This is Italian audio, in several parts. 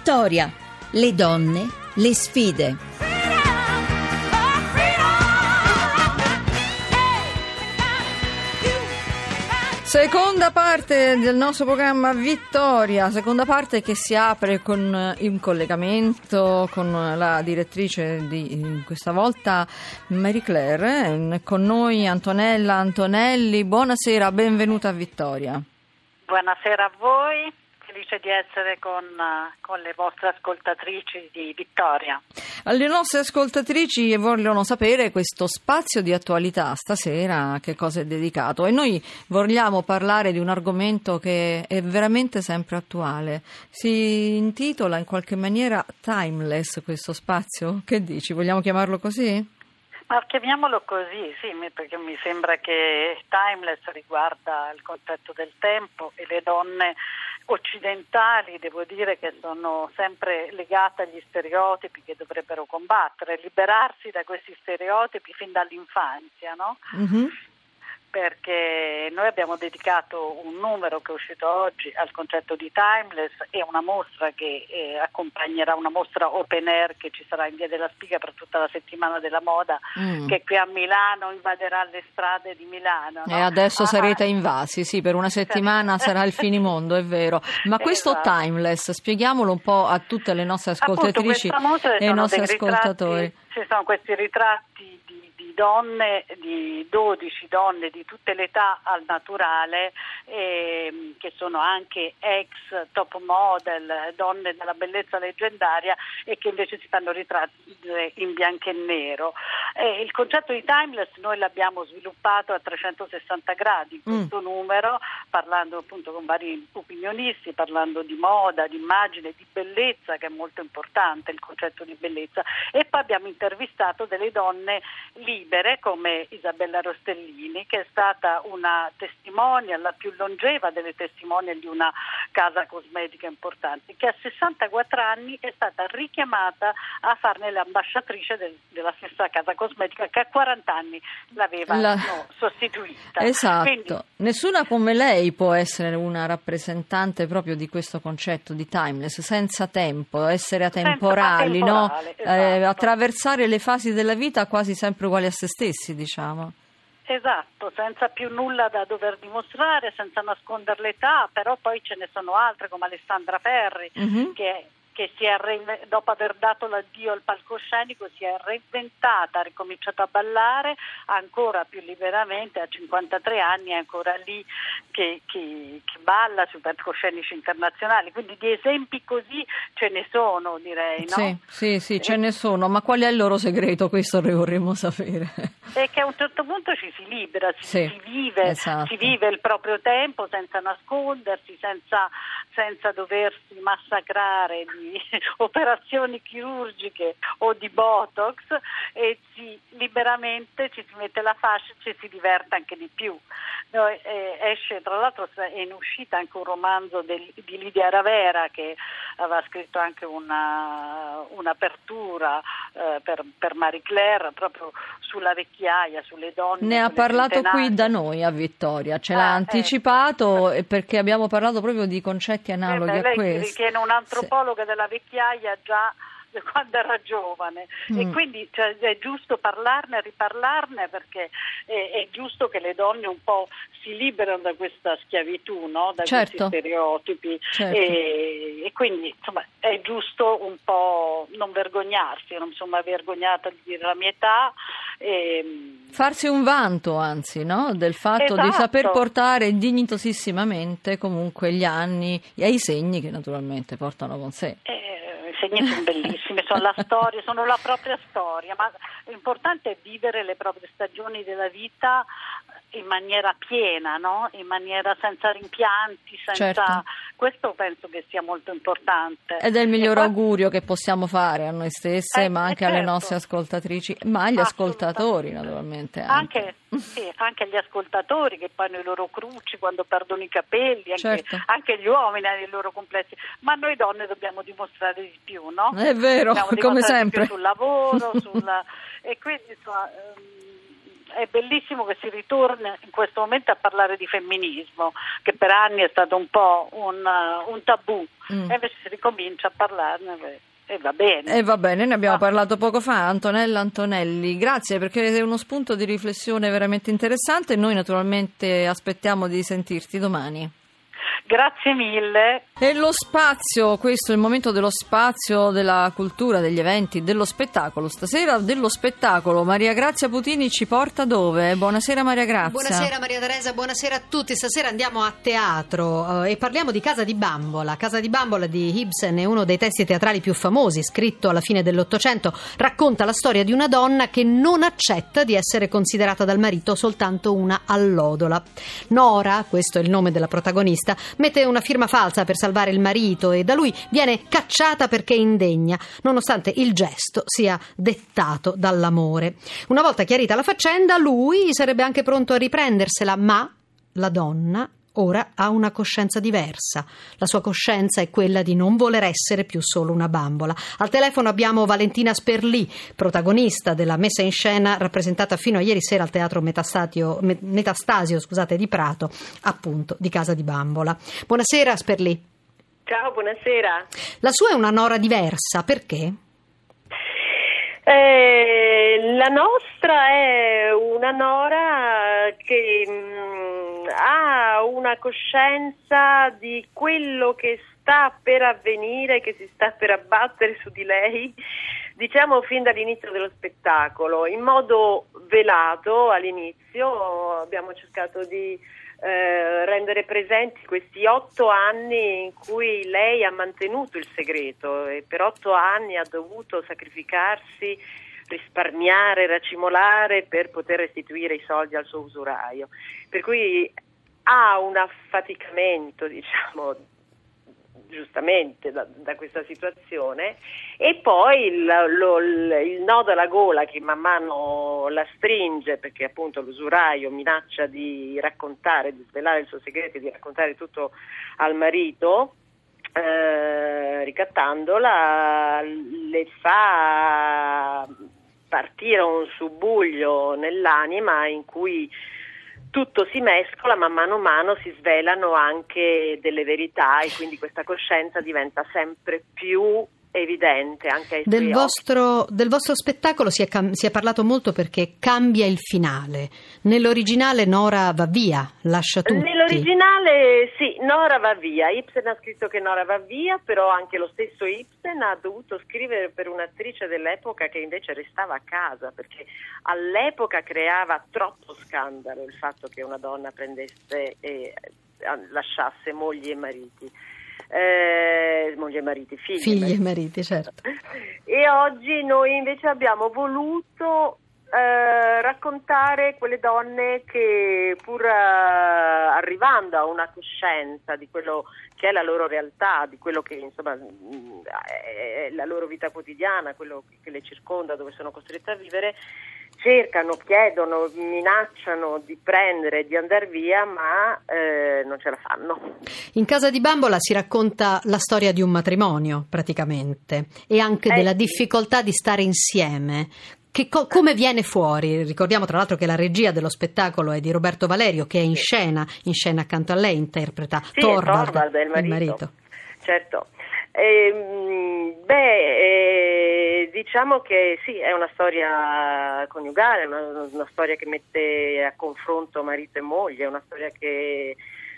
Vittoria, le donne, le sfide. Seconda parte del nostro programma Vittoria, seconda parte che si apre con un collegamento con la direttrice di questa volta Marie Claire, con noi Antonella Antonelli. Buonasera, benvenuta a Vittoria. Buonasera a voi. Felice di essere con le vostre ascoltatrici di Vittoria. Alle nostre ascoltatrici vogliono sapere questo spazio di attualità stasera, che cosa è dedicato, e noi vogliamo parlare di un argomento che è veramente sempre attuale. Si intitola in qualche maniera Timeless questo spazio, che dici? Vogliamo chiamarlo così? Ma chiamiamolo così, sì, perché mi sembra che Timeless riguarda il concetto del tempo e le donne occidentali, devo dire che sono sempre legate agli stereotipi che dovrebbero combattere, liberarsi da questi stereotipi fin dall'infanzia, no? Mm-hmm. Perché noi abbiamo dedicato un numero che è uscito oggi al concetto di Timeless e una mostra che accompagnerà, una mostra open air che ci sarà in Via della Spiga per tutta la settimana della moda, che qui a Milano invaderà le strade di Milano, no? E adesso sarete invasi, sì, per una settimana sarà il finimondo, è vero. Ma questo Timeless, spieghiamolo un po' a tutte le nostre ascoltatrici e ai nostri ascoltatori. Ci sono questi ritratti di donne, di 12 donne di tutte le età al naturale, che sono anche ex top model, donne della bellezza leggendaria e che invece si fanno ritratti in bianco e nero. Il concetto di Timeless noi l'abbiamo sviluppato a 360 gradi, questo numero, parlando appunto con vari opinionisti, parlando di moda, di immagine, di bellezza, che è molto importante il concetto di bellezza, e poi abbiamo intervistato delle donne libere come Isabella Rostellini, che è stata una testimonial, la più longeva delle testimonial di una casa cosmetica importante, che a 64 anni è stata richiamata a farne l'ambasciatrice della stessa casa cosmetica che a 40 anni l'aveva sostituita. Esatto. Quindi, nessuna come lei può essere una rappresentante proprio di questo concetto di timeless, senza tempo, essere atemporali, no? Esatto. Attraversare le fasi della vita quasi sempre uguali a se stessi, diciamo. Esatto, senza più nulla da dover dimostrare, senza nascondere l'età, però poi ce ne sono altre come Alessandra Ferri, che si è dopo aver dato l'addio al palcoscenico si è reinventata, ha ricominciato a ballare ancora più liberamente, a 53 anni è ancora lì che balla sui palcoscenici internazionali, quindi di esempi così ce ne sono, direi, no? Sì, ce ne sono, ma qual è il loro segreto? Questo lo vorremmo sapere. E che a un certo punto ci si libera, si vive, esatto. Si vive il proprio tempo senza nascondersi, senza doversi massacrare di operazioni chirurgiche o di Botox, e liberamente ci si mette la fascia e ci si diverte anche di più. Esce, tra l'altro è in uscita anche un romanzo di Lidia Ravera, che aveva scritto anche un'apertura per Marie Claire proprio sulla vecchiaia, sulle donne. Ne ha parlato qui da noi a Vittoria, ce l'ha anticipato, perché abbiamo parlato proprio di concetti analoghi a questi. Lei ritiene un'antropologa della vecchiaia già quando era giovane, e quindi è giusto parlarne e riparlarne, perché è giusto che le donne un po' si liberano da questa schiavitù, no? Da questi stereotipi, e quindi insomma è giusto un po' non vergognarsi. Io non sono mai vergognata di dire la mia età, farsi un vanto anzi, no? Del fatto di saper portare dignitosissimamente comunque gli anni e i segni che naturalmente portano con sé. I segni sono bellissimi, sono la storia, sono la propria storia, ma l'importante è vivere le proprie stagioni della vita in maniera piena, no? In maniera senza rimpianti, questo penso che sia molto importante. Ed è il miglior augurio che possiamo fare a noi stesse, ma anche alle nostre ascoltatrici, ma agli ascoltatori naturalmente. Anche agli ascoltatori, che poi hanno i loro cruci quando perdono i capelli, anche gli uomini hanno i loro complessi, ma noi donne dobbiamo dimostrare di più, no? È vero, come sempre. Sul lavoro, e quindi è bellissimo che si ritorni in questo momento a parlare di femminismo, che per anni è stato un po' un tabù, e invece si ricomincia a parlarne. E va bene. E va bene, ne abbiamo parlato poco fa. Antonella Antonelli, grazie, perché è uno spunto di riflessione veramente interessante e noi naturalmente aspettiamo di sentirti domani. Grazie mille. E lo spazio, questo è il momento dello spazio, della cultura, degli eventi, dello spettacolo. Stasera dello spettacolo. Maria Grazia Putini ci porta dove? Buonasera Maria Grazia. Buonasera Maria Teresa, buonasera a tutti. Stasera andiamo a teatro e parliamo di Casa di Bambola. Casa di Bambola di Ibsen è uno dei testi teatrali più famosi, scritto alla fine dell'Ottocento. Racconta la storia di una donna che non accetta di essere considerata dal marito soltanto una allodola. Nora, questo è il nome della protagonista, mette una firma falsa per salvare il marito e da lui viene cacciata perché indegna, nonostante il gesto sia dettato dall'amore. Una volta chiarita la faccenda, lui sarebbe anche pronto a riprendersela, ma la donna ora ha una coscienza diversa. La sua coscienza è quella di non voler essere più solo una bambola. Al telefono abbiamo Valentina Sperlì, protagonista della messa in scena rappresentata fino a ieri sera al Teatro Metastasio di Prato, appunto, di Casa di Bambola. Buonasera Sperlì. Ciao, buonasera. La sua è una Nora diversa, perché? La nostra è una Nora che ha una coscienza di quello che sta per avvenire, che si sta per abbattere su di lei, diciamo fin dall'inizio dello spettacolo, in modo velato all'inizio. Abbiamo cercato di rendere presenti questi 8 anni in cui lei ha mantenuto il segreto e per 8 anni ha dovuto sacrificarsi, risparmiare, racimolare per poter restituire i soldi al suo usuraio, per cui ha un affaticamento, diciamo, giustamente da questa situazione, e poi il nodo alla gola che man mano la stringe, perché appunto l'usuraio minaccia di raccontare, di svelare il suo segreto e di raccontare tutto al marito, ricattandola, le fa partire un subbuglio nell'anima in cui tutto si mescola, ma mano a mano si svelano anche delle verità e quindi questa coscienza diventa sempre più evidente anche ai suoi occhi. Del vostro spettacolo si è parlato molto perché cambia il finale. Nell'originale Nora va via, lascia tutti. Nell'originale sì, Nora va via. Ibsen ha scritto che Nora va via, però anche lo stesso Ibsen ha dovuto scrivere per un'attrice dell'epoca che invece restava a casa, perché all'epoca creava troppo scandalo il fatto che una donna prendesse e lasciasse mogli e mariti. Figli e mariti, certo. E oggi noi invece abbiamo voluto raccontare quelle donne che pur arrivando a una coscienza di quello che è la loro realtà, di quello che insomma è la loro vita quotidiana, quello che le circonda, dove sono costrette a vivere, cercano, chiedono, minacciano di prendere, di andare via, ma non ce la fanno. In Casa di Bambola si racconta la storia di un matrimonio, praticamente, e anche della difficoltà di stare insieme. Come viene fuori? Ricordiamo tra l'altro che la regia dello spettacolo è di Roberto Valerio, che è in scena accanto a lei, interpreta Torvald, il marito. Certo. Diciamo che sì, è una storia coniugale, una storia che mette a confronto marito e moglie, è una storia che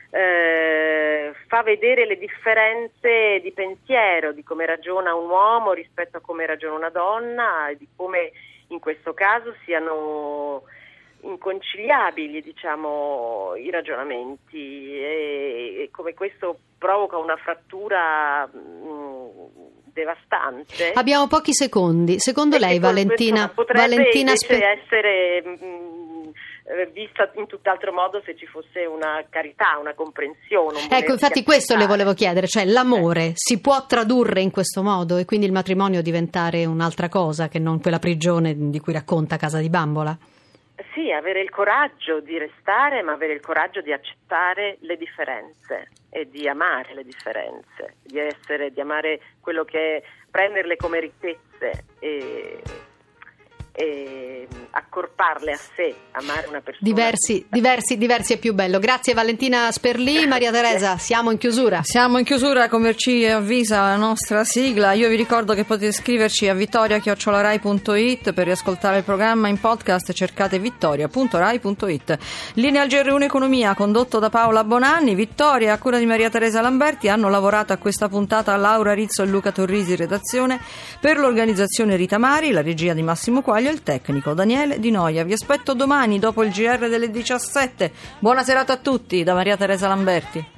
fa vedere le differenze di pensiero, di come ragiona un uomo rispetto a come ragiona una donna, di come in questo caso siano inconciliabili, diciamo, i ragionamenti e come questo provoca una frattura devastante. Abbiamo pochi secondi. Secondo lei, Valentina essere vista in tutt'altro modo se ci fosse una carità, una comprensione. Ecco, infatti questo le volevo chiedere, cioè l'amore si può tradurre in questo modo e quindi il matrimonio diventare un'altra cosa che non quella prigione di cui racconta Casa di Bambola? Sì, avere il coraggio di restare, ma avere il coraggio di accettare le differenze e di amare le differenze, di amare quello che è, prenderle come ricchezze e accorparle a sé, amare una persona. Diversi è più bello. Grazie Valentina Sperlì. Maria Teresa, siamo in chiusura. Siamo in chiusura, come ci avvisa la nostra sigla. Io vi ricordo che potete scriverci a vittoria@rai.it per riascoltare il programma in podcast, cercate vittoria.rai.it. Linea al GR1 Economia, condotto da Paola Bonanni. Vittoria a cura di Maria Teresa Lamberti. Hanno lavorato a questa puntata Laura Rizzo e Luca Torrisi, redazione, per l'organizzazione Rita Mari, la regia di Massimo Quaglio e il tecnico Daniele Di Noia. Vi aspetto domani dopo il GR delle 17. Buona serata a tutti da Maria Teresa Lamberti.